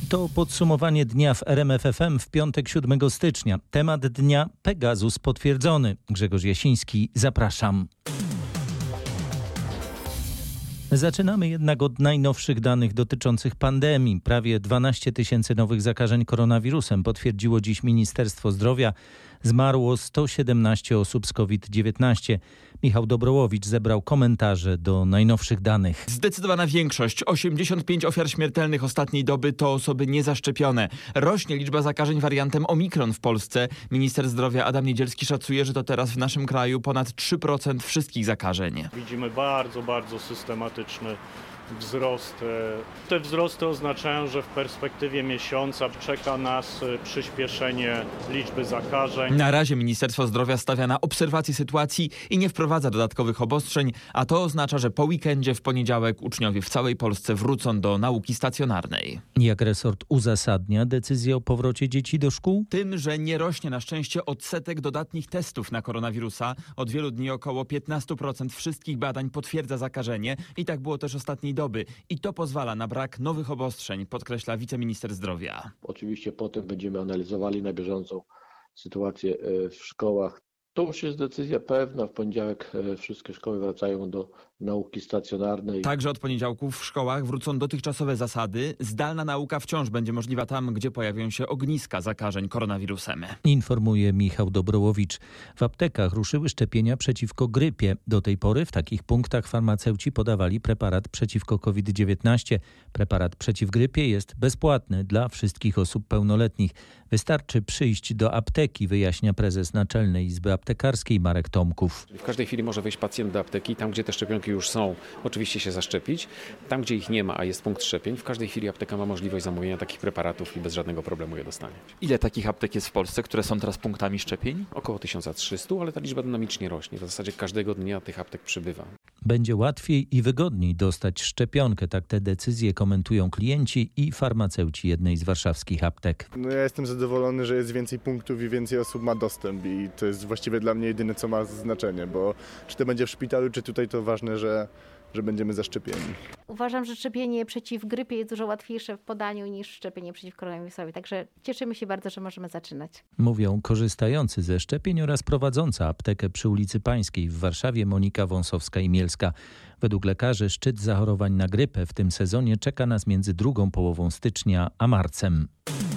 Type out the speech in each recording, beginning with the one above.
To podsumowanie dnia w RMF FM w piątek 7 stycznia. Temat dnia: Pegasus potwierdzony. Grzegorz Jasiński, zapraszam. Zaczynamy jednak od najnowszych danych dotyczących pandemii. Prawie 12 000 nowych zakażeń koronawirusem potwierdziło dziś Ministerstwo Zdrowia. Zmarło 117 osób z COVID-19. Michał Dobrołowicz zebrał komentarze do najnowszych danych. Zdecydowana większość, 85 ofiar śmiertelnych ostatniej doby to osoby niezaszczepione. Rośnie liczba zakażeń wariantem Omikron w Polsce. Minister zdrowia Adam Niedzielski szacuje, że to teraz w naszym kraju ponad 3% wszystkich zakażeń. Widzimy bardzo systematyczny wzrost. Te wzrosty oznaczają, że w perspektywie miesiąca czeka nas przyspieszenie liczby zakażeń. Na razie Ministerstwo Zdrowia stawia na obserwację sytuacji i nie wprowadza dodatkowych obostrzeń, a to oznacza, że po weekendzie w poniedziałek uczniowie w całej Polsce wrócą do nauki stacjonarnej. Jak resort uzasadnia decyzję o powrocie dzieci do szkół? Tym, że nie rośnie na szczęście odsetek dodatnich testów na koronawirusa. Od wielu dni około 15% wszystkich badań potwierdza zakażenie i tak było też ostatniej doby. I to pozwala na brak nowych obostrzeń, podkreśla wiceminister zdrowia. Oczywiście potem będziemy analizowali na bieżąco sytuację w szkołach. To już jest decyzja pewna. W poniedziałek wszystkie szkoły wracają do nauki stacjonarnej. Także od poniedziałku w szkołach wrócą dotychczasowe zasady. Zdalna nauka wciąż będzie możliwa tam, gdzie pojawią się ogniska zakażeń koronawirusem. Informuje Michał Dobrołowicz. W aptekach ruszyły szczepienia przeciwko grypie. Do tej pory w takich punktach farmaceuci podawali preparat przeciwko COVID-19. Preparat przeciw grypie jest bezpłatny dla wszystkich osób pełnoletnich. Wystarczy przyjść do apteki, wyjaśnia prezes Naczelnej Izby Aptekarskiej Marek Tomków. W każdej chwili może wejść pacjent do apteki, tam gdzie te szczepionki już są, oczywiście się zaszczepić. Tam gdzie ich nie ma, a jest punkt szczepień, w każdej chwili apteka ma możliwość zamówienia takich preparatów i bez żadnego problemu je dostanie. Ile takich aptek jest w Polsce, które są teraz punktami szczepień? Około 1300, ale ta liczba dynamicznie rośnie. W zasadzie każdego dnia tych aptek przybywa. Będzie łatwiej i wygodniej dostać szczepionkę. Tak te decyzje komentują klienci i farmaceuci jednej z warszawskich aptek. Ja jestem zadowolony, że jest więcej punktów i więcej osób ma dostęp i to jest właściwie dla mnie jedyne, co ma znaczenie, bo czy to będzie w szpitalu, czy tutaj, to ważne, że będziemy zaszczepieni. Uważam, że szczepienie przeciw grypie jest dużo łatwiejsze w podaniu niż szczepienie przeciw koronawirusowi. Także cieszymy się bardzo, że możemy zaczynać. Mówią korzystający ze szczepień oraz prowadząca aptekę przy ulicy Pańskiej w Warszawie Monika Wąsowska-Imielska. Według lekarzy szczyt zachorowań na grypę w tym sezonie czeka nas między drugą połową stycznia a marcem.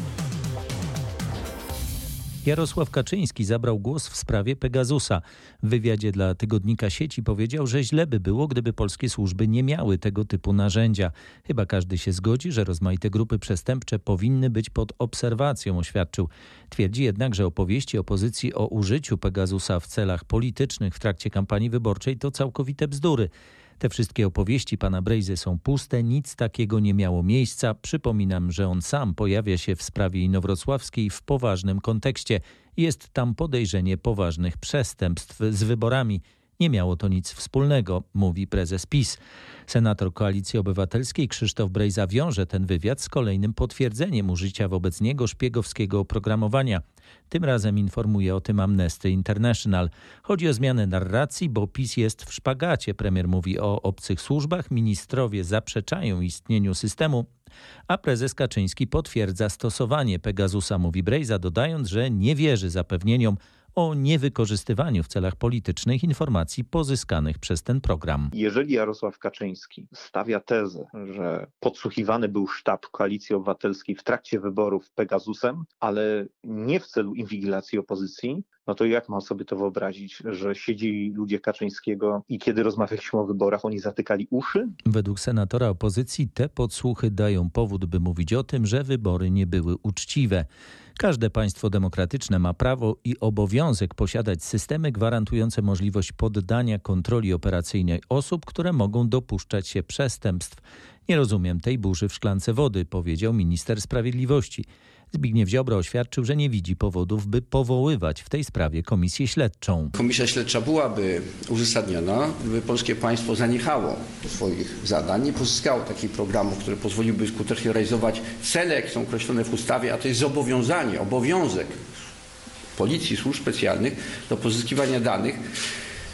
Jarosław Kaczyński zabrał głos w sprawie Pegasusa. W wywiadzie dla tygodnika Sieci powiedział, że źle by było, gdyby polskie służby nie miały tego typu narzędzia. Chyba każdy się zgodzi, że rozmaite grupy przestępcze powinny być pod obserwacją, oświadczył. Twierdzi jednak, że opowieści opozycji o użyciu Pegasusa w celach politycznych w trakcie kampanii wyborczej to całkowite bzdury. Te wszystkie opowieści pana Brejzy są puste, nic takiego nie miało miejsca. Przypominam, że on sam pojawia się w sprawie inowrocławskiej w poważnym kontekście. Jest tam podejrzenie poważnych przestępstw z wyborami. Nie miało to nic wspólnego, mówi prezes PiS. Senator Koalicji Obywatelskiej Krzysztof Brejza wiąże ten wywiad z kolejnym potwierdzeniem użycia wobec niego szpiegowskiego oprogramowania. Tym razem informuje o tym Amnesty International. Chodzi o zmianę narracji, bo PiS jest w szpagacie. Premier mówi o obcych służbach, ministrowie zaprzeczają istnieniu systemu, a prezes Kaczyński potwierdza stosowanie Pegasusa, mówi Brejza, dodając, że nie wierzy zapewnieniom o niewykorzystywaniu w celach politycznych informacji pozyskanych przez ten program. Jeżeli Jarosław Kaczyński stawia tezę, że podsłuchiwany był sztab Koalicji Obywatelskiej w trakcie wyborów Pegasusem, ale nie w celu inwigilacji opozycji, no to jak mam sobie to wyobrazić, że siedzieli ludzie Kaczyńskiego i kiedy rozmawialiśmy o wyborach, oni zatykali uszy? Według senatora opozycji te podsłuchy dają powód, by mówić o tym, że wybory nie były uczciwe. Każde państwo demokratyczne ma prawo i obowiązek posiadać systemy gwarantujące możliwość poddania kontroli operacyjnej osób, które mogą dopuszczać się przestępstw. Nie rozumiem tej burzy w szklance wody, powiedział minister sprawiedliwości. Zbigniew Ziobro oświadczył, że nie widzi powodów, by powoływać w tej sprawie komisję śledczą. Komisja śledcza byłaby uzasadniona, gdyby polskie państwo zaniechało swoich zadań, nie pozyskało takich programów, które pozwoliłyby skutecznie realizować cele, jakie są określone w ustawie, a to jest obowiązek policji, służb specjalnych do pozyskiwania danych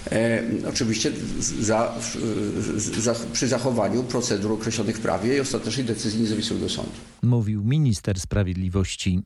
Oczywiście przy zachowaniu procedur określonych w prawie i ostatecznej decyzji niezawisłego sądu. Mówił minister sprawiedliwości.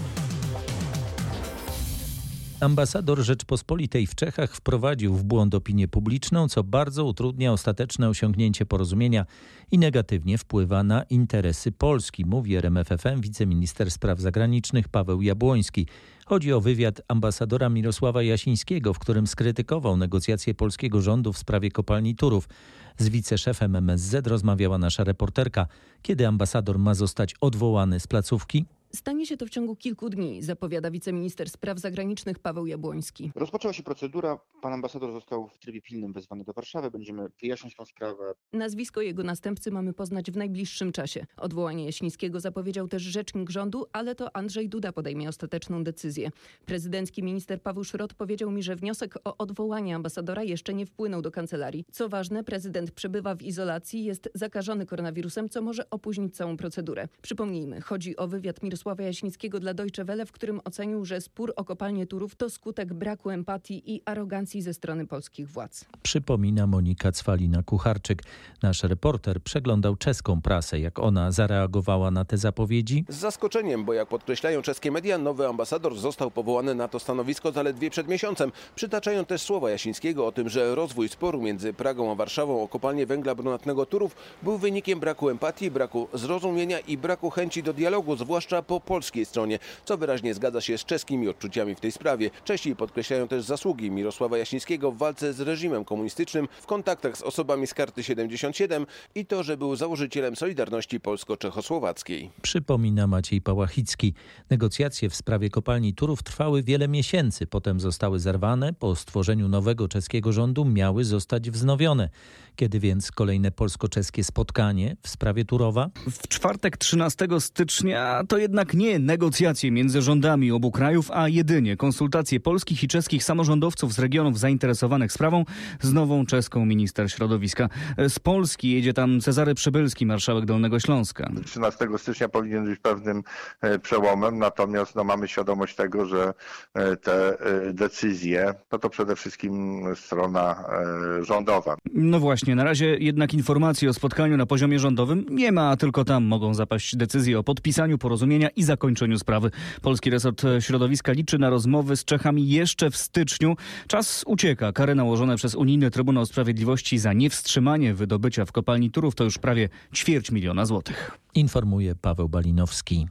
Ambasador Rzeczpospolitej w Czechach wprowadził w błąd opinię publiczną, co bardzo utrudnia ostateczne osiągnięcie porozumienia i negatywnie wpływa na interesy Polski, mówi RMF FM wiceminister spraw zagranicznych Paweł Jabłoński. Chodzi o wywiad ambasadora Mirosława Jasińskiego, w którym skrytykował negocjacje polskiego rządu w sprawie kopalni Turów. Z wiceszefem MSZ rozmawiała nasza reporterka. Kiedy ambasador ma zostać odwołany z placówki? Stanie się to w ciągu kilku dni, zapowiada wiceminister spraw zagranicznych Paweł Jabłoński. Rozpoczęła się procedura. Pan ambasador został w trybie pilnym wezwany do Warszawy. Będziemy wyjaśniać tę sprawę. Nazwisko jego następcy mamy poznać w najbliższym czasie. Odwołanie Jasińskiego zapowiedział też rzecznik rządu, ale to Andrzej Duda podejmie ostateczną decyzję. Prezydencki minister Paweł Szrot powiedział mi, że wniosek o odwołanie ambasadora jeszcze nie wpłynął do kancelarii. Co ważne, prezydent przebywa w izolacji, jest zakażony koronawirusem, co może opóźnić całą procedurę. Przypomnijmy, chodzi o wywiad Mirosława Jasińskiego dla Deutsche Welle, w którym ocenił, że spór o kopalnię Turów to skutek braku empatii i arogancji ze strony polskich władz. Przypomina Monika Cwalina-Kucharczyk. Nasz reporter przeglądał czeską prasę. Jak ona zareagowała na te zapowiedzi? Z zaskoczeniem, bo jak podkreślają czeskie media, nowy ambasador został powołany na to stanowisko zaledwie przed miesiącem. Przytaczają też słowa Jasińskiego o tym, że rozwój sporu między Pragą a Warszawą o kopalnię węgla brunatnego Turów był wynikiem braku empatii, braku zrozumienia i braku chęci do dialogu, zwłaszcza po polskiej stronie, co wyraźnie zgadza się z czeskimi odczuciami w tej sprawie. Czesi podkreślają też zasługi Mirosława Jasińskiego w walce z reżimem komunistycznym, w kontaktach z osobami z Karty 77 i to, że był założycielem Solidarności Polsko-Czechosłowackiej. Przypomina Maciej Pałachicki. Negocjacje w sprawie kopalni Turów trwały wiele miesięcy, potem zostały zerwane. Po stworzeniu nowego czeskiego rządu miały zostać wznowione. Kiedy więc kolejne polsko-czeskie spotkanie w sprawie Turowa? W czwartek 13 stycznia to jednak nie negocjacje między rządami obu krajów, a jedynie konsultacje polskich i czeskich samorządowców z regionów zainteresowanych sprawą z nową czeską minister środowiska. Z Polski jedzie tam Cezary Przybylski, marszałek Dolnego Śląska. 13 stycznia powinien być pewnym przełomem, natomiast mamy świadomość tego, że te decyzje to przede wszystkim strona rządowa. No właśnie, na razie jednak informacji o spotkaniu na poziomie rządowym nie ma, a tylko tam mogą zapaść decyzje o podpisaniu porozumienia i zakończeniu sprawy. Polski resort środowiska liczy na rozmowy z Czechami jeszcze w styczniu. Czas ucieka. Kary nałożone przez Unijny Trybunał Sprawiedliwości za niewstrzymanie wydobycia w kopalni Turów to już prawie 250 000 złotych. Informuje Paweł Balinowski.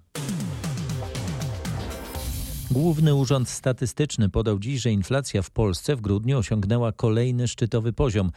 Główny Urząd Statystyczny podał dziś, że inflacja w Polsce w grudniu osiągnęła kolejny szczytowy poziom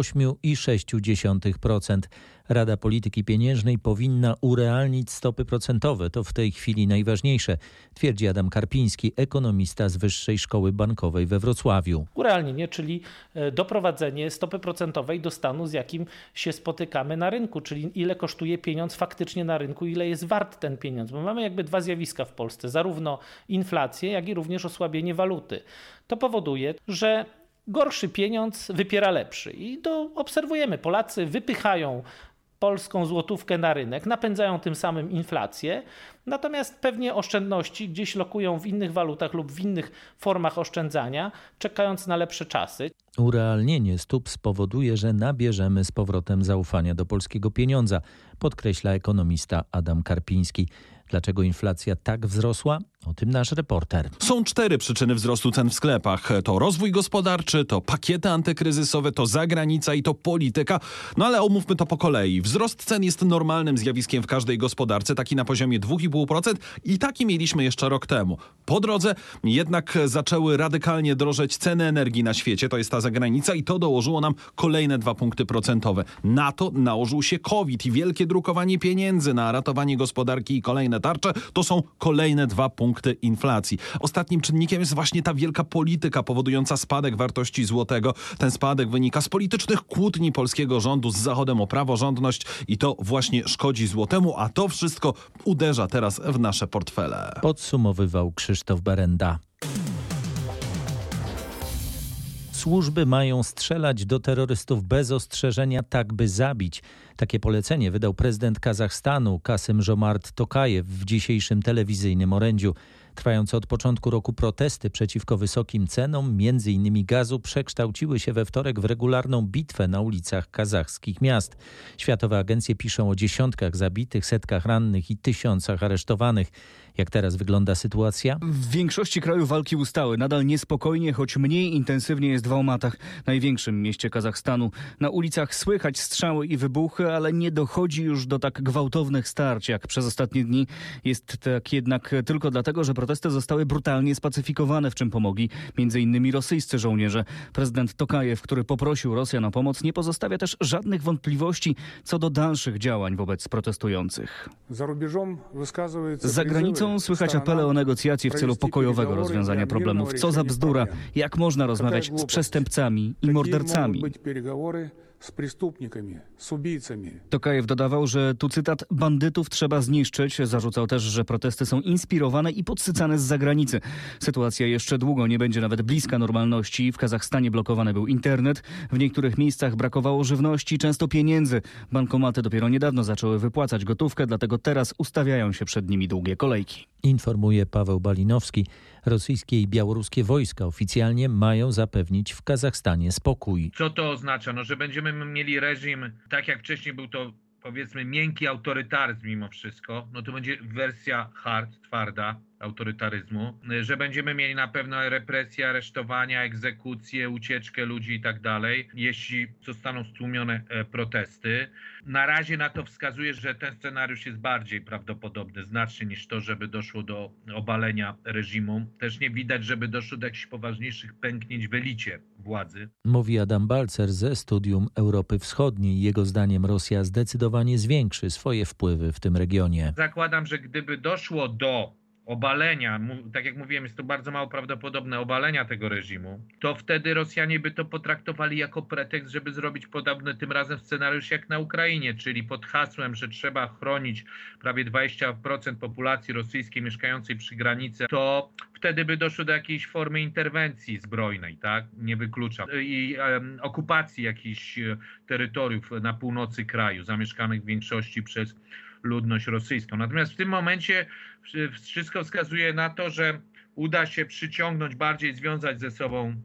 8,6%. Rada Polityki Pieniężnej powinna urealnić stopy procentowe. To w tej chwili najważniejsze, twierdzi Adam Karpiński, ekonomista z Wyższej Szkoły Bankowej we Wrocławiu. Urealnienie, czyli doprowadzenie stopy procentowej do stanu, z jakim się spotykamy na rynku, czyli ile kosztuje pieniądz faktycznie na rynku, ile jest wart ten pieniądz. Bo mamy jakby dwa zjawiska w Polsce, zarówno inflację, jak i również osłabienie waluty. To powoduje, że gorszy pieniądz wypiera lepszy i to obserwujemy. Polacy wypychają polską złotówkę na rynek, napędzają tym samym inflację, natomiast pewnie oszczędności gdzieś lokują w innych walutach lub w innych formach oszczędzania, czekając na lepsze czasy. Urealnienie stóp spowoduje, że nabierzemy z powrotem zaufania do polskiego pieniądza, podkreśla ekonomista Adam Karpiński. Dlaczego inflacja tak wzrosła? O tym nasz reporter. Są 4 przyczyny wzrostu cen w sklepach. To rozwój gospodarczy, to pakiety antykryzysowe, to zagranica i to polityka. No ale omówmy to po kolei. Wzrost cen jest normalnym zjawiskiem w każdej gospodarce, taki na poziomie 2,5% i taki mieliśmy jeszcze rok temu. Po drodze jednak zaczęły radykalnie drożeć ceny energii na świecie, to jest ta zagranica i to dołożyło nam kolejne 2 punkty procentowe. Na to nałożył się COVID i wielkie drukowanie pieniędzy na ratowanie gospodarki i kolejne tarcze. To są kolejne 2 punkty inflacji. Ostatnim czynnikiem jest właśnie ta wielka polityka powodująca spadek wartości złotego. Ten spadek wynika z politycznych kłótni polskiego rządu z Zachodem o praworządność i to właśnie szkodzi złotemu, a to wszystko uderza teraz w nasze portfele. Podsumowywał Krzysztof Berenda. Służby mają strzelać do terrorystów bez ostrzeżenia, tak by zabić. Takie polecenie wydał prezydent Kazachstanu Kasym-Żomart Tokajew w dzisiejszym telewizyjnym orędziu. Trwające od początku roku protesty przeciwko wysokim cenom, m.in. gazu, przekształciły się we wtorek w regularną bitwę na ulicach kazachskich miast. Światowe agencje piszą o dziesiątkach zabitych, setkach rannych i tysiącach aresztowanych. Jak teraz wygląda sytuacja? W większości krajów walki ustały. Nadal niespokojnie, choć mniej intensywnie jest w Almatach, największym mieście Kazachstanu. Na ulicach słychać strzały i wybuchy, ale nie dochodzi już do tak gwałtownych starć jak przez ostatnie dni. Jest tak jednak tylko dlatego, że protesty zostały brutalnie spacyfikowane, w czym pomogli m.in. rosyjscy żołnierze. Prezydent Tokajew, który poprosił Rosjan o pomoc, nie pozostawia też żadnych wątpliwości co do dalszych działań wobec protestujących. Za granicą słychać apele o negocjacje w celu pokojowego rozwiązania problemów. Co za bzdura? Jak można rozmawiać z przestępcami i mordercami? Tokajew dodawał, że tu cytat, bandytów trzeba zniszczyć. Zarzucał też, że protesty są inspirowane i podsycane z zagranicy. Sytuacja jeszcze długo nie będzie nawet bliska normalności. W Kazachstanie blokowany był internet. W niektórych miejscach brakowało żywności, często pieniędzy. Bankomaty dopiero niedawno zaczęły wypłacać gotówkę, dlatego teraz ustawiają się przed nimi długie kolejki. Informuje Paweł Balinowski. Rosyjskie i białoruskie wojska oficjalnie mają zapewnić w Kazachstanie spokój. Co to oznacza? No, że będziemy mieli reżim, tak jak wcześniej był to, powiedzmy, miękki autorytaryzm mimo wszystko, no to będzie wersja hard, twarda autorytaryzmu, że będziemy mieli na pewno represje, aresztowania, egzekucje, ucieczkę ludzi i tak dalej, jeśli zostaną stłumione protesty. Na razie na to wskazuje, że ten scenariusz jest bardziej prawdopodobny znacznie niż to, żeby doszło do obalenia reżimu. Też nie widać, żeby doszło do jakichś poważniejszych pęknięć w elicie władzy. Mówi Adam Balcer ze Studium Europy Wschodniej. Jego zdaniem Rosja zdecydowanie zwiększy swoje wpływy w tym regionie. Zakładam, że gdyby doszło do obalenia, tak jak mówiłem, jest to bardzo mało prawdopodobne, obalenia tego reżimu, to wtedy Rosjanie by to potraktowali jako pretekst, żeby zrobić podobny tym razem scenariusz jak na Ukrainie, czyli pod hasłem, że trzeba chronić prawie 20% populacji rosyjskiej mieszkającej przy granicy, to wtedy by doszło do jakiejś formy interwencji zbrojnej, tak? Nie wykluczam. I okupacji jakichś terytoriów na północy kraju, zamieszkanych w większości przez ludność rosyjską. Natomiast w tym momencie wszystko wskazuje na to, że uda się przyciągnąć, bardziej związać ze sobą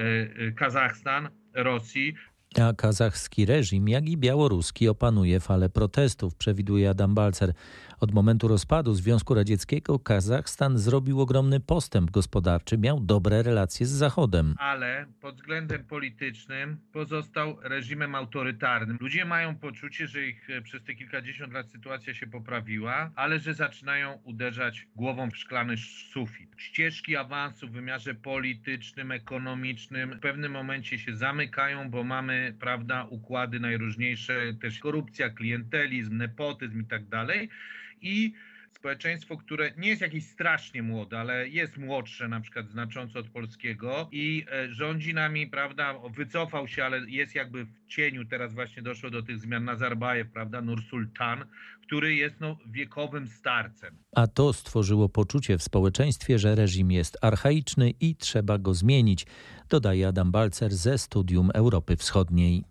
Kazachstan, Rosji. A kazachski reżim, jak i białoruski, opanuje falę protestów, przewiduje Adam Balcer. Od momentu rozpadu Związku Radzieckiego Kazachstan zrobił ogromny postęp gospodarczy, miał dobre relacje z Zachodem. Ale pod względem politycznym pozostał reżimem autorytarnym. Ludzie mają poczucie, że ich przez te kilkadziesiąt lat sytuacja się poprawiła, ale że zaczynają uderzać głową w szklany sufit. Ścieżki awansu w wymiarze politycznym, ekonomicznym w pewnym momencie się zamykają, bo mamy, prawda, układy najróżniejsze, też korupcja, klientelizm, nepotyzm i tak dalej. I społeczeństwo, które nie jest jakieś strasznie młode, ale jest młodsze na przykład znacząco od polskiego i rządzi nami, prawda, wycofał się, ale jest jakby w cieniu, teraz właśnie doszło do tych zmian, Nazarbajew, prawda, Nursultan, który jest wiekowym starcem. A to stworzyło poczucie w społeczeństwie, że reżim jest archaiczny i trzeba go zmienić, dodaje Adam Balcer ze Studium Europy Wschodniej.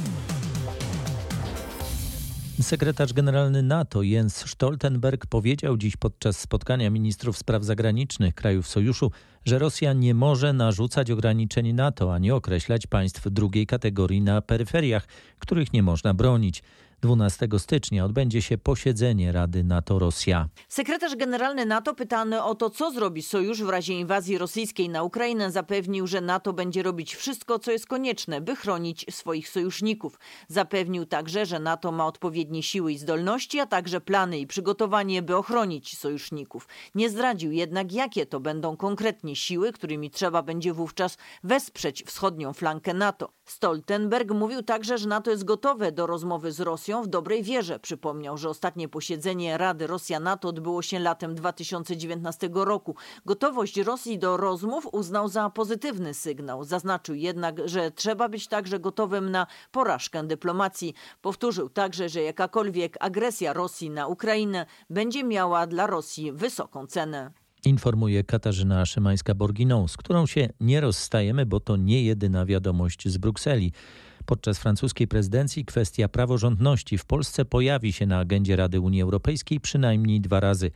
Sekretarz generalny NATO Jens Stoltenberg powiedział dziś podczas spotkania ministrów spraw zagranicznych krajów sojuszu, że Rosja nie może narzucać ograniczeń NATO ani określać państw drugiej kategorii na peryferiach, których nie można bronić. 12 stycznia odbędzie się posiedzenie Rady NATO-Rosja. Sekretarz generalny NATO, pytany o to, co zrobi sojusz w razie inwazji rosyjskiej na Ukrainę, zapewnił, że NATO będzie robić wszystko, co jest konieczne, by chronić swoich sojuszników. Zapewnił także, że NATO ma odpowiednie siły i zdolności, a także plany i przygotowanie, by ochronić sojuszników. Nie zdradził jednak, jakie to będą konkretnie siły, którymi trzeba będzie wówczas wesprzeć wschodnią flankę NATO. Stoltenberg mówił także, że NATO jest gotowe do rozmowy z Rosją w dobrej wierze. Przypomniał, że ostatnie posiedzenie Rady Rosja-NATO odbyło się latem 2019 roku. Gotowość Rosji do rozmów uznał za pozytywny sygnał. Zaznaczył jednak, że trzeba być także gotowym na porażkę dyplomacji. Powtórzył także, że jakakolwiek agresja Rosji na Ukrainę będzie miała dla Rosji wysoką cenę. Informuje Katarzyna Szymańska-Borginą, z którą się nie rozstajemy, bo to nie jedyna wiadomość z Brukseli. Podczas francuskiej prezydencji kwestia praworządności w Polsce pojawi się na agendzie Rady Unii Europejskiej przynajmniej 2 razy.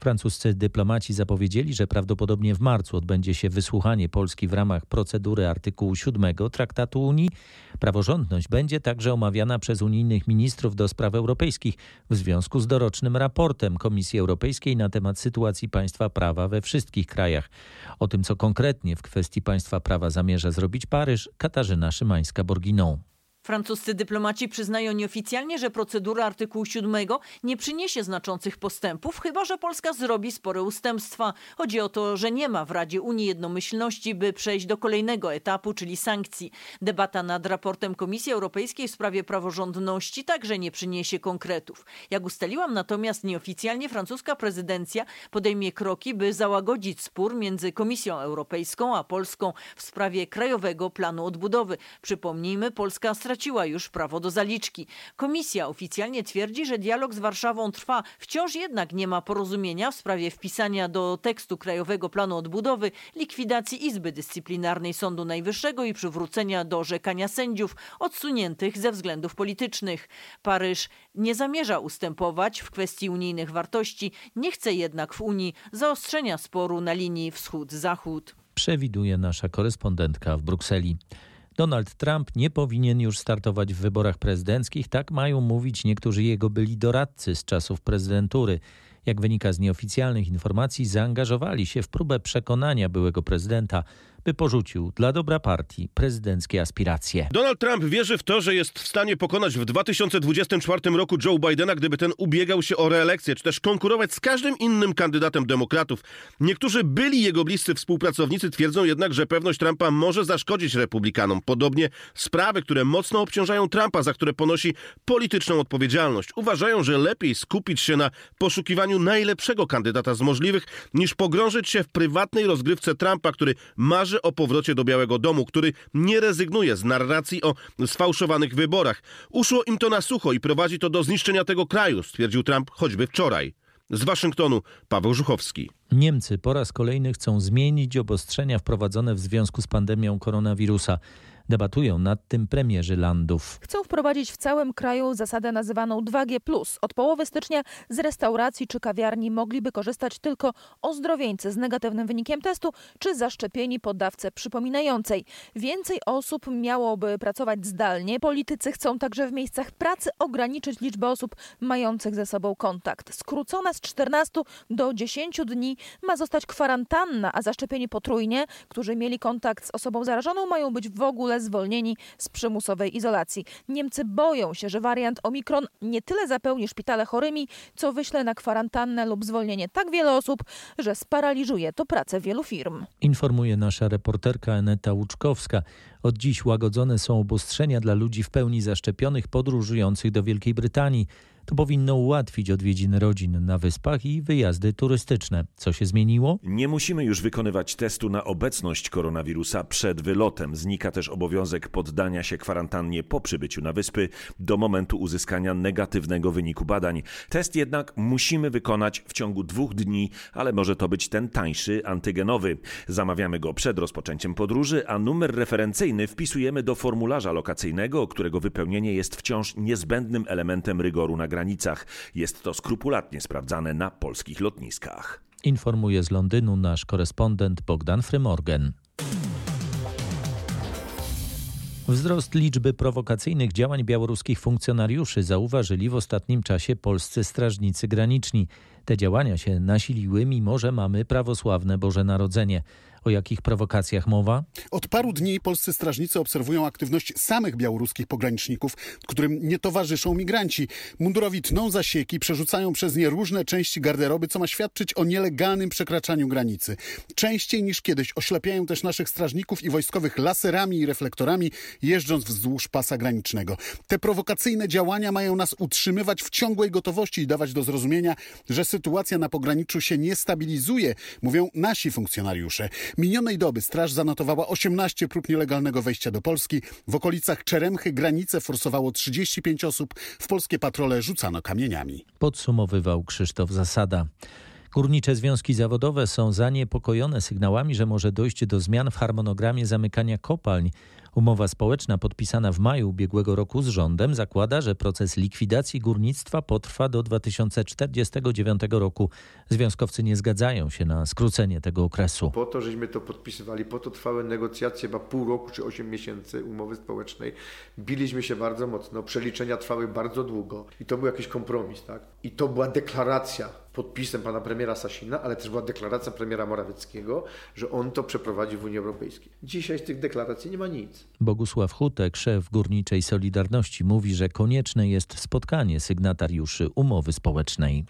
Francuscy dyplomaci zapowiedzieli, że prawdopodobnie w marcu odbędzie się wysłuchanie Polski w ramach procedury artykułu 7 Traktatu Unii. Praworządność będzie także omawiana przez unijnych ministrów do spraw europejskich w związku z dorocznym raportem Komisji Europejskiej na temat sytuacji państwa prawa we wszystkich krajach. O tym, co konkretnie w kwestii państwa prawa zamierza zrobić Paryż, Katarzyna Szymańska-Borginą. Francuscy dyplomaci przyznają nieoficjalnie, że procedura artykułu 7 nie przyniesie znaczących postępów, chyba że Polska zrobi spore ustępstwa. Chodzi o to, że nie ma w Radzie Unii jednomyślności, by przejść do kolejnego etapu, czyli sankcji. Debata nad raportem Komisji Europejskiej w sprawie praworządności także nie przyniesie konkretów. Jak ustaliłam, natomiast nieoficjalnie francuska prezydencja podejmie kroki, by załagodzić spór między Komisją Europejską a Polską w sprawie Krajowego Planu Odbudowy. Przypomnijmy, Polska straciła już prawo do zaliczki. Komisja oficjalnie twierdzi, że dialog z Warszawą trwa. Wciąż jednak nie ma porozumienia w sprawie wpisania do tekstu Krajowego Planu Odbudowy likwidacji Izby Dyscyplinarnej Sądu Najwyższego i przywrócenia do orzekania sędziów odsuniętych ze względów politycznych. Paryż nie zamierza ustępować w kwestii unijnych wartości, nie chce jednak w Unii zaostrzenia sporu na linii wschód-zachód. Przewiduje nasza korespondentka w Brukseli. Donald Trump nie powinien już startować w wyborach prezydenckich, tak mają mówić niektórzy jego byli doradcy z czasów prezydentury. Jak wynika z nieoficjalnych informacji, zaangażowali się w próbę przekonania byłego prezydenta, by porzucił dla dobra partii prezydenckie aspiracje. Donald Trump wierzy w to, że jest w stanie pokonać w 2024 roku Joe Bidena, gdyby ten ubiegał się o reelekcję, czy też konkurować z każdym innym kandydatem demokratów. Niektórzy byli jego bliscy współpracownicy twierdzą jednak, że pewność Trumpa może zaszkodzić republikanom. Podobnie sprawy, które mocno obciążają Trumpa, za które ponosi polityczną odpowiedzialność. Uważają, że lepiej skupić się na poszukiwaniu najlepszego kandydata z możliwych, niż pogrążyć się w prywatnej rozgrywce Trumpa, który marzy o powrocie do Białego Domu, który nie rezygnuje z narracji o sfałszowanych wyborach. Uszło im to na sucho i prowadzi to do zniszczenia tego kraju, stwierdził Trump choćby wczoraj. Z Waszyngtonu Paweł Żuchowski. Niemcy po raz kolejny chcą zmienić obostrzenia wprowadzone w związku z pandemią koronawirusa. Debatują nad tym premierzy landów. Chcą wprowadzić w całym kraju zasadę nazywaną 2G+. Od połowy stycznia z restauracji czy kawiarni mogliby korzystać tylko ozdrowieńcy z negatywnym wynikiem testu czy zaszczepieni po dawce przypominającej. Więcej osób miałoby pracować zdalnie. Politycy chcą także w miejscach pracy ograniczyć liczbę osób mających ze sobą kontakt. Skrócona z 14 do 10 dni ma zostać kwarantanna, a zaszczepieni potrójnie, którzy mieli kontakt z osobą zarażoną, mają być w ogóle zwolnieni z przymusowej izolacji. Niemcy boją się, że wariant Omikron nie tyle zapełni szpitale chorymi, co wyśle na kwarantannę lub zwolnienie tak wiele osób, że sparaliżuje to pracę wielu firm. Informuje nasza reporterka Aneta Łuczkowska. Od dziś łagodzone są obostrzenia dla ludzi w pełni zaszczepionych podróżujących do Wielkiej Brytanii. To powinno ułatwić odwiedziny rodzin na wyspach i wyjazdy turystyczne. Co się zmieniło? Nie musimy już wykonywać testu na obecność koronawirusa przed wylotem. Znika też obowiązek poddania się kwarantannie po przybyciu na wyspy do momentu uzyskania negatywnego wyniku badań. Test jednak musimy wykonać w ciągu 2 dni, ale może to być ten tańszy, antygenowy. Zamawiamy go przed rozpoczęciem podróży, a numer referencyjny wpisujemy do formularza lokacyjnego, którego wypełnienie jest wciąż niezbędnym elementem rygoru na granicach. Jest to skrupulatnie sprawdzane na polskich lotniskach. Informuje z Londynu nasz korespondent Bogdan Frymorgan. Wzrost liczby prowokacyjnych działań białoruskich funkcjonariuszy zauważyli w ostatnim czasie polscy strażnicy graniczni. Te działania się nasiliły, mimo że mamy prawosławne Boże Narodzenie. O jakich prowokacjach mowa? Od paru dni polscy strażnicy obserwują aktywność samych białoruskich pograniczników, którym nie towarzyszą migranci. Mundurowi tną zasieki, przerzucają przez nie różne części garderoby, co ma świadczyć o nielegalnym przekraczaniu granicy. Częściej niż kiedyś oślepiają też naszych strażników i wojskowych laserami i reflektorami, jeżdżąc wzdłuż pasa granicznego. Te prowokacyjne działania mają nas utrzymywać w ciągłej gotowości i dawać do zrozumienia, że sytuacja na pograniczu się nie stabilizuje, mówią nasi funkcjonariusze. Minionej doby straż zanotowała 18 prób nielegalnego wejścia do Polski. W okolicach Czeremchy granicę forsowało 35 osób. W polskie patrole rzucano kamieniami. Podsumowywał Krzysztof Zasada. Górnicze związki zawodowe są zaniepokojone sygnałami, że może dojść do zmian w harmonogramie zamykania kopalń. Umowa społeczna podpisana w maju ubiegłego roku z rządem zakłada, że proces likwidacji górnictwa potrwa do 2049 roku. Związkowcy nie zgadzają się na skrócenie tego okresu. Po to, żeśmy to podpisywali, po to trwały negocjacje, chyba pół roku czy 8 miesięcy umowy społecznej. Biliśmy się bardzo mocno, przeliczenia trwały bardzo długo i to był jakiś kompromis, tak? I to była deklaracja podpisem pana premiera Sasina, ale też była deklaracja premiera Morawieckiego, że on to przeprowadzi w Unii Europejskiej. Dzisiaj z tych deklaracji nie ma nic. Bogusław Hutek, szef Górniczej Solidarności, mówi, że konieczne jest spotkanie sygnatariuszy umowy społecznej.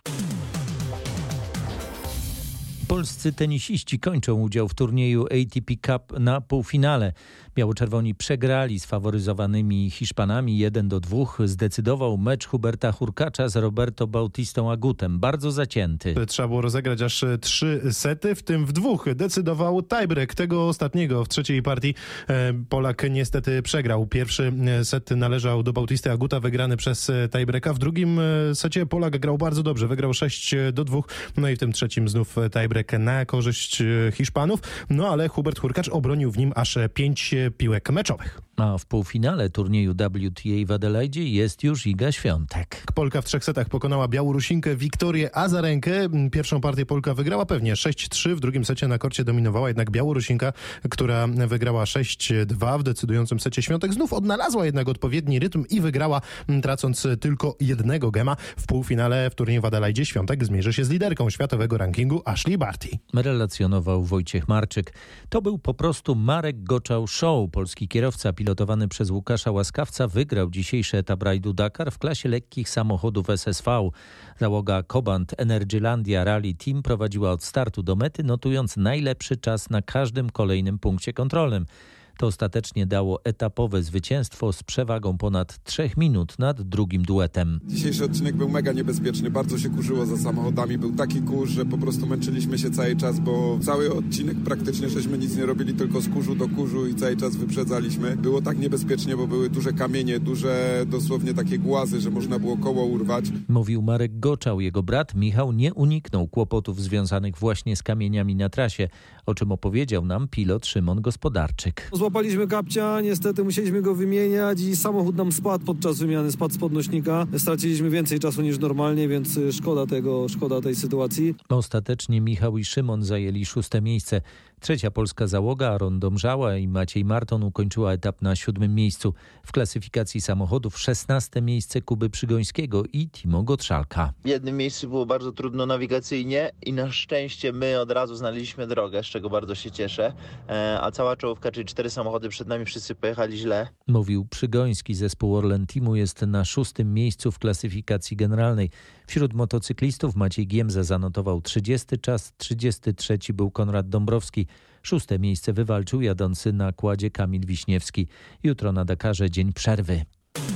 Polscy tenisiści kończą udział w turnieju ATP Cup na półfinale. Biało-czerwoni przegrali z faworyzowanymi Hiszpanami 1-2. Zdecydował mecz Huberta Hurkacza z Roberto Bautistą Agutem. Bardzo zacięty. Trzeba było rozegrać aż 3 sety, w tym w 2 decydował tiebreak. Tego ostatniego w trzeciej partii Polak niestety przegrał. Pierwszy set należał do Bautisty Aguta, wygrany przez tiebreaka. W drugim secie Polak grał bardzo dobrze. Wygrał 6-2. No i w tym trzecim znów tiebreak na korzyść Hiszpanów. No ale Hubert Hurkacz obronił w nim aż 5 piłek meczowych. A w półfinale turnieju WTA w Adelaide jest już Iga Świątek. Polka w 3 setach pokonała Białorusinkę Wiktorię Azarenkę. Pierwszą partię Polka wygrała pewnie 6-3. W drugim secie na korcie dominowała jednak Białorusinka, która wygrała 6-2. W decydującym secie Świątek znów odnalazła jednak odpowiedni rytm i wygrała, tracąc tylko 1 gema. W półfinale w turnieju w Adelaide Świątek zmierzy się z liderką światowego rankingu Ashley Barty. Relacjonował Wojciech Marczyk. To był po prostu Marek Goczał Show. Polski kierowca pilotowany przez Łukasza Łaskawca wygrał dzisiejszy etap rajdu Dakar w klasie lekkich samochodów SSV. Załoga Cobant Energylandia Rally Team prowadziła od startu do mety, notując najlepszy czas na każdym kolejnym punkcie kontrolnym. To ostatecznie dało etapowe zwycięstwo z przewagą ponad 3 minut nad drugim duetem. Dzisiejszy odcinek był mega niebezpieczny, bardzo się kurzyło za samochodami. Był taki kurz, że po prostu męczyliśmy się cały czas, bo cały odcinek praktycznie żeśmy nic nie robili, tylko z kurzu do kurzu i cały czas wyprzedzaliśmy. Było tak niebezpiecznie, bo były duże kamienie, duże dosłownie takie głazy, że można było koło urwać. Mówił Marek Goczał. Jego brat Michał nie uniknął kłopotów związanych właśnie z kamieniami na trasie, o czym opowiedział nam pilot Szymon Gospodarczyk. Złapaliśmy kapcia, niestety musieliśmy go wymieniać i samochód nam spadł podczas wymiany, spadł z podnośnika. Straciliśmy więcej czasu niż normalnie, więc szkoda tej sytuacji. Ostatecznie Michał i Szymon zajęli 6. miejsce. Trzecia polska załoga, Aron Domżała i Maciej Marton, ukończyła etap na 7. miejscu. W klasyfikacji samochodów 16. miejsce Kuby Przygońskiego i Timo Gottschalka. W jednym miejscu było bardzo trudno nawigacyjnie i na szczęście my od razu znaleźliśmy drogę, z czego bardzo się cieszę. A cała czołówka, czyli 4 samochody przed nami, wszyscy pojechali źle. Mówił Przygoński. Zespół Orlen Teamu jest na 6. miejscu w klasyfikacji generalnej. Wśród motocyklistów Maciej Giemza zanotował 30. czas, 33. był Konrad Dąbrowski. 6. miejsce wywalczył jadący na kładzie Kamil Wiśniewski. Jutro na Dakarze dzień przerwy.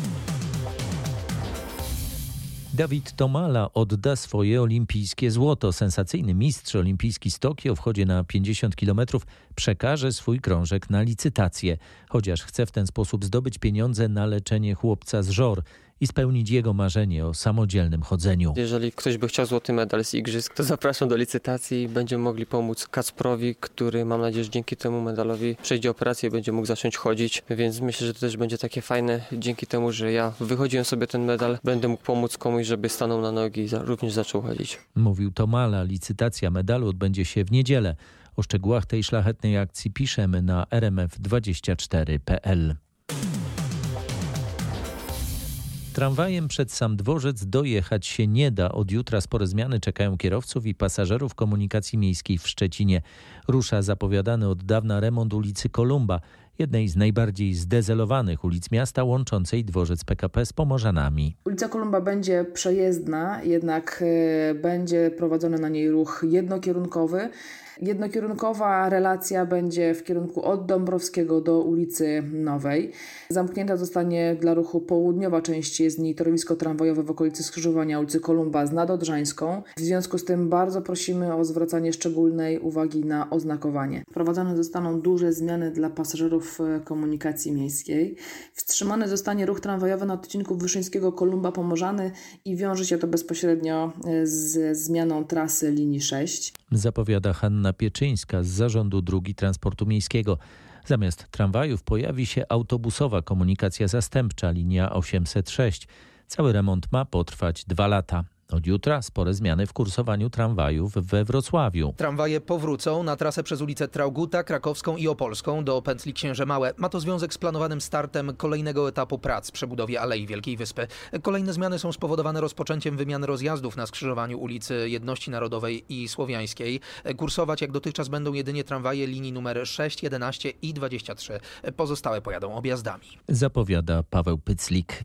Dawid Tomala odda swoje olimpijskie złoto. Sensacyjny mistrz olimpijski z Tokio w chodzie na 50 km przekaże swój krążek na licytację, chociaż chce w ten sposób zdobyć pieniądze na leczenie chłopca z żor i spełnić jego marzenie o samodzielnym chodzeniu. Jeżeli ktoś by chciał złoty medal z igrzysk, to zapraszam do licytacji i będziemy mogli pomóc Kacprowi, który mam nadzieję, że dzięki temu medalowi przejdzie operację i będzie mógł zacząć chodzić, więc myślę, że to też będzie takie fajne, dzięki temu, że ja wychodziłem sobie ten medal, będę mógł pomóc komuś, żeby stanął na nogi i również zaczął chodzić. Mówił Tomala. Licytacja medalu odbędzie się w niedzielę. O szczegółach tej szlachetnej akcji piszemy na rmf24.pl. Tramwajem przed sam dworzec dojechać się nie da. Od jutra spore zmiany czekają kierowców i pasażerów komunikacji miejskiej w Szczecinie. Rusza zapowiadany od dawna remont ulicy Kolumba, jednej z najbardziej zdezelowanych ulic miasta, łączącej dworzec PKP z Pomorzanami. Ulica Kolumba będzie przejezdna, jednak będzie prowadzony na niej ruch jednokierunkowy. Jednokierunkowa relacja będzie w kierunku od Dąbrowskiego do ulicy Nowej. Zamknięta zostanie dla ruchu południowa część jezdni torowisko tramwajowe w okolicy skrzyżowania ulicy Kolumba z Nadodrzańską. W związku z tym bardzo prosimy o zwracanie szczególnej uwagi na oznakowanie. Wprowadzone zostaną duże zmiany dla pasażerów komunikacji miejskiej. Wstrzymany zostanie ruch tramwajowy na odcinku Wyszyńskiego Kolumba Pomorzany i wiąże się to bezpośrednio z zmianą trasy linii 6. Zapowiada Hanna Pieczyńska z Zarządu Dróg i Transportu Miejskiego. Zamiast tramwajów pojawi się autobusowa komunikacja zastępcza, linia 806. Cały remont ma potrwać 2 lata. Od jutra spore zmiany w kursowaniu tramwajów we Wrocławiu. Tramwaje powrócą na trasę przez ulicę Traugutta, Krakowską i Opolską do pętli Księże Małe. Ma to związek z planowanym startem kolejnego etapu prac przy budowie Alei Wielkiej Wyspy. Kolejne zmiany są spowodowane rozpoczęciem wymiany rozjazdów na skrzyżowaniu ulicy Jedności Narodowej i Słowiańskiej. Kursować jak dotychczas będą jedynie tramwaje linii numer 6, 11 i 23. Pozostałe pojadą objazdami. Zapowiada Paweł Pyclik.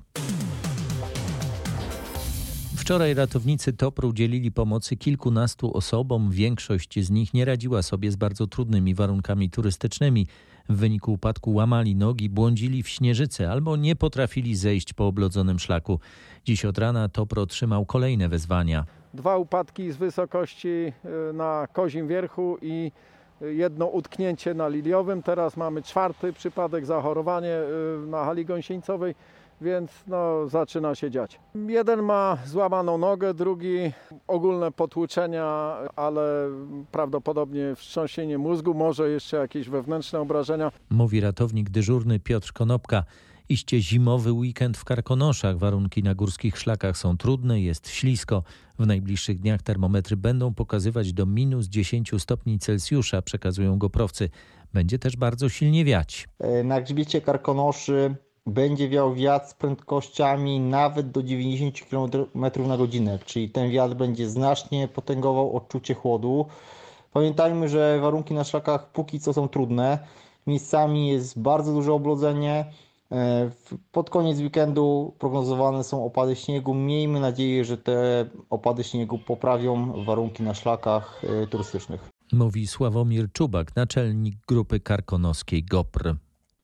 Wczoraj ratownicy TOPR udzielili pomocy kilkunastu osobom. Większość z nich nie radziła sobie z bardzo trudnymi warunkami turystycznymi. W wyniku upadku łamali nogi, błądzili w śnieżycy albo nie potrafili zejść po oblodzonym szlaku. Dziś od rana TOPR otrzymał kolejne wezwania. 2 upadki z wysokości na Kozim Wierchu i 1 utknięcie na Liliowym. Teraz mamy 4. przypadek, zachorowanie na hali gąsieńcowej. Więc zaczyna się dziać. 1 ma złamaną nogę, drugi ogólne potłuczenia, ale prawdopodobnie wstrząsienie mózgu, może jeszcze jakieś wewnętrzne obrażenia. Mówi ratownik dyżurny Piotr Konopka. Iście zimowy weekend w Karkonoszach. Warunki na górskich szlakach są trudne, jest ślisko. W najbliższych dniach termometry będą pokazywać do -10 stopni Celsjusza, przekazują goprowcy. Będzie też bardzo silnie wiać. Na grzbiecie Karkonoszy będzie wiał wiatr z prędkościami nawet do 90 km na godzinę, czyli ten wiatr będzie znacznie potęgował odczucie chłodu. Pamiętajmy, że warunki na szlakach póki co są trudne. Miejscami jest bardzo duże oblodzenie. Pod koniec weekendu prognozowane są opady śniegu. Miejmy nadzieję, że te opady śniegu poprawią warunki na szlakach turystycznych. Mówi Sławomir Czubak, naczelnik grupy karkonoskiej GOPR.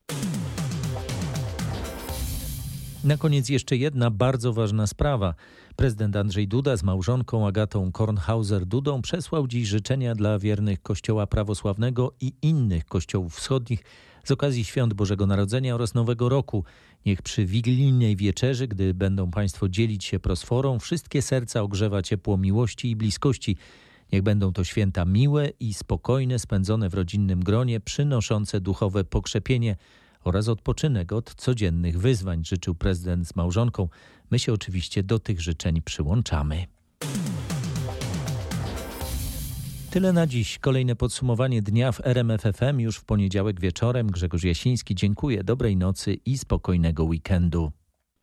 Na koniec jeszcze jedna bardzo ważna sprawa. Prezydent Andrzej Duda z małżonką Agatą Kornhauser-Dudą przesłał dziś życzenia dla wiernych Kościoła prawosławnego i innych kościołów wschodnich z okazji świąt Bożego Narodzenia oraz Nowego Roku. Niech przy wigilijnej wieczerzy, gdy będą Państwo dzielić się prosforą, wszystkie serca ogrzewa ciepło miłości i bliskości. Niech będą to święta miłe i spokojne, spędzone w rodzinnym gronie, przynoszące duchowe pokrzepienie oraz odpoczynek od codziennych wyzwań, życzył prezydent z małżonką. My się oczywiście do tych życzeń przyłączamy. Tyle na dziś. Kolejne podsumowanie dnia w RMF FM już w poniedziałek wieczorem. Grzegorz Jasiński, dziękuję, dobrej nocy i spokojnego weekendu.